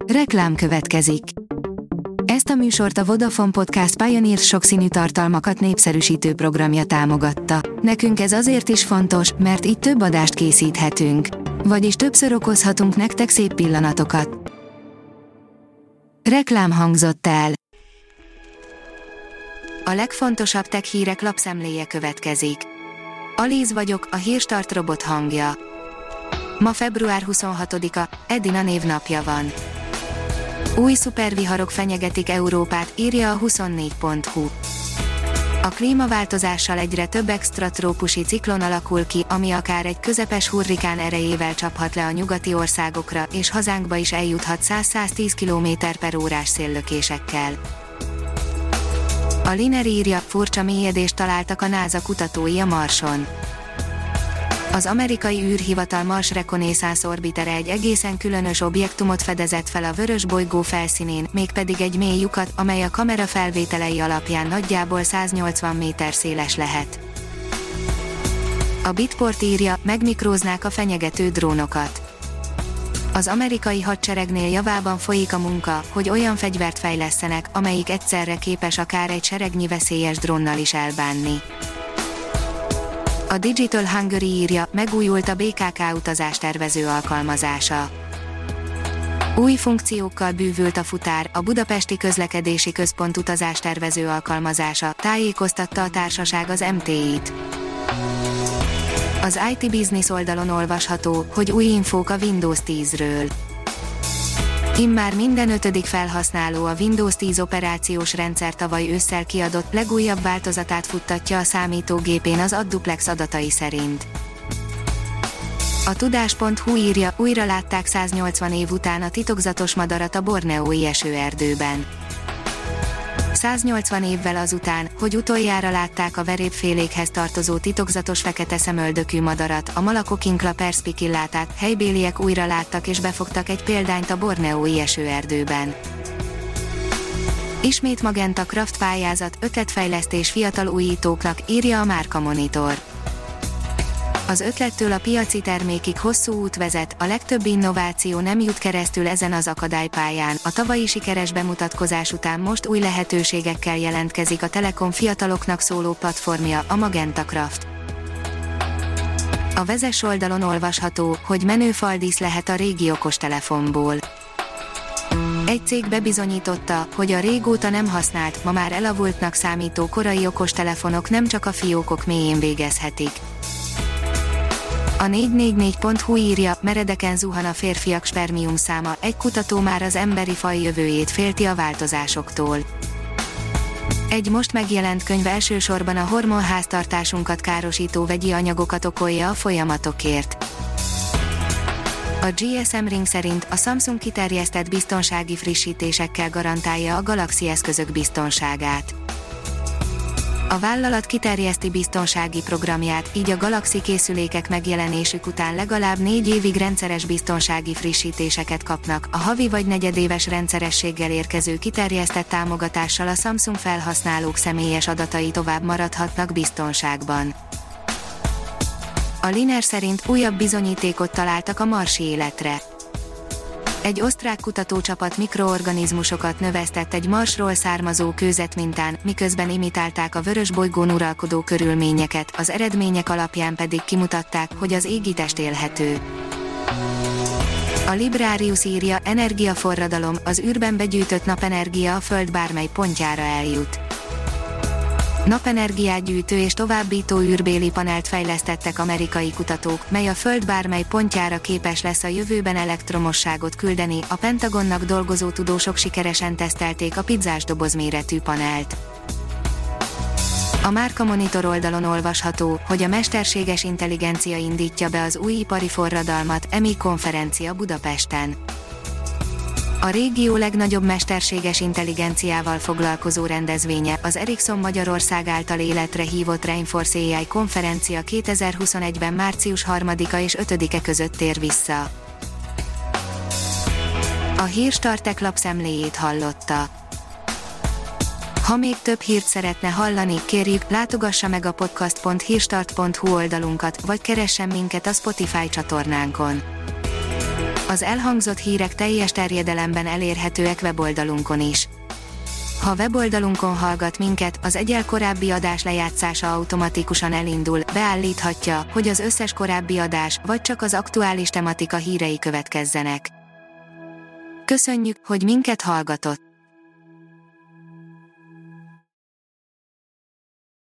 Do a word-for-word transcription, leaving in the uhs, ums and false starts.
Reklám következik. Ezt a műsort a Vodafone Podcast Pioneer sokszínű tartalmakat népszerűsítő programja támogatta. Nekünk ez azért is fontos, mert így több adást készíthetünk. Vagyis többször okozhatunk nektek szép pillanatokat. Reklám hangzott el. A legfontosabb tech hírek lapszemléje következik. Alíz vagyok, a Hírstart robot hangja. Ma február huszonhatodika, Edina névnapja van. Új szuperviharok fenyegetik Európát, írja a huszonnégy pont hu. A klímaváltozással egyre több extratrópusi ciklon alakul ki, ami akár egy közepes hurrikán erejével csaphat le a nyugati országokra, és hazánkba is eljuthat száz-száztíz kilométer per órás széllökésekkel. A Liner írja, furcsa mélyedést találtak a NASA kutatói a Marson. Az amerikai űrhivatal Mars Reconnaissance orbitere egy egészen különös objektumot fedezett fel a vörös bolygó felszínén, mégpedig egy mély lyukat, amely a kamera felvételei alapján nagyjából száznyolcvan méter széles lehet. A Bitport írja, megmikróznák a fenyegető drónokat. Az amerikai hadseregnél javában folyik a munka, hogy olyan fegyvert fejlesszenek, amelyik egyszerre képes akár egy seregnyi veszélyes drónnal is elbánni. A Digital Hungary írja, megújult a bé ká ká utástervező alkalmazása. Új funkciókkal bővült a futár, a Budapesti Közlekedési Központ utástervező alkalmazása, tájékoztatta a társaság az em té í-t. Az i té Business oldalon olvasható, hogy új infók a Windows tízről. Immár minden ötödik felhasználó a Windows tíz operációs rendszer tavaly ősszel kiadott legújabb változatát futtatja a számítógépén az Adduplex adatai szerint. A tudás pont hu írja, újra látták száznyolcvan év után a titokzatos madarat a borneói esőerdőben. száznyolcvan évvel azután, hogy utoljára látták a verépfélékhez tartozó titokzatos fekete szemöldökű madarat, a Malacoquincla perspicillátát, helybéliek újra láttak és befogtak egy példányt a borneói esőerdőben. Ismét Magenta Craft pályázat, ötletfejlesztés fiatal újítóknak, írja a Márka Monitor. Az ötlettől a piaci termékig hosszú út vezet, a legtöbb innováció nem jut keresztül ezen az akadálypályán. A tavalyi sikeres bemutatkozás után most új lehetőségekkel jelentkezik a Telekom fiataloknak szóló platformja, a Magenta Craft. A Vezess oldalon olvasható, hogy menő faldísz lehet a régi okostelefonból. Egy cég bebizonyította, hogy a régóta nem használt, ma már elavultnak számító korai okostelefonok nem csak a fiókok mélyén végezhetik. A négy négy négy pont hu írja, meredeken zuhan a férfiak spermium száma, egy kutató már az emberi faj jövőjét félti a változásoktól. Egy most megjelent könyv elsősorban a hormonháztartásunkat károsító vegyi anyagokat okolja a folyamatokért. A gé es em Ring szerint a Samsung kiterjesztett biztonsági frissítésekkel garantálja a Galaxy eszközök biztonságát. A vállalat kiterjeszti biztonsági programját, így a Galaxy készülékek megjelenésük után legalább négy évig rendszeres biztonsági frissítéseket kapnak. A havi vagy negyedéves rendszerességgel érkező kiterjesztett támogatással a Samsung felhasználók személyes adatai tovább maradhatnak biztonságban. A Liner szerint újabb bizonyítékot találtak a marsi életre. Egy osztrák kutatócsapat mikroorganizmusokat növesztett egy Marsról származó kőzetmintán, miközben imitálták a vörös bolygón uralkodó körülményeket, az eredmények alapján pedig kimutatták, hogy az égitest élhető. A Librarius írja, energiaforradalom, az űrben begyűjtött napenergia a Föld bármely pontjára eljut. Napenergiát gyűjtő és továbbító űrbéli panelt fejlesztettek amerikai kutatók, mely a Föld bármely pontjára képes lesz a jövőben elektromosságot küldeni. A Pentagonnak dolgozó tudósok sikeresen tesztelték a pizzás dobozméretű panelt. A Márka Monitor oldalon olvasható, hogy a mesterséges intelligencia indítja be az új ipari forradalmat, e em i konferencia Budapesten. A régió legnagyobb mesterséges intelligenciával foglalkozó rendezvénye, az Ericsson Magyarország által életre hívott Reinforce á i konferencia kétezer-huszonegyben március harmadika és ötödike között tér vissza. A Hírstartek lapszemléjét hallotta. Ha még több hírt szeretne hallani, kérjük, látogassa meg a podcast pont hírstart pont hu oldalunkat, vagy keressen minket a Spotify csatornánkon. Az elhangzott hírek teljes terjedelemben elérhetőek weboldalunkon is. Ha weboldalunkon hallgat minket, az egyel korábbi adás lejátszása automatikusan elindul, beállíthatja, hogy az összes korábbi adás, vagy csak az aktuális tematika hírei következzenek. Köszönjük, hogy minket hallgatott!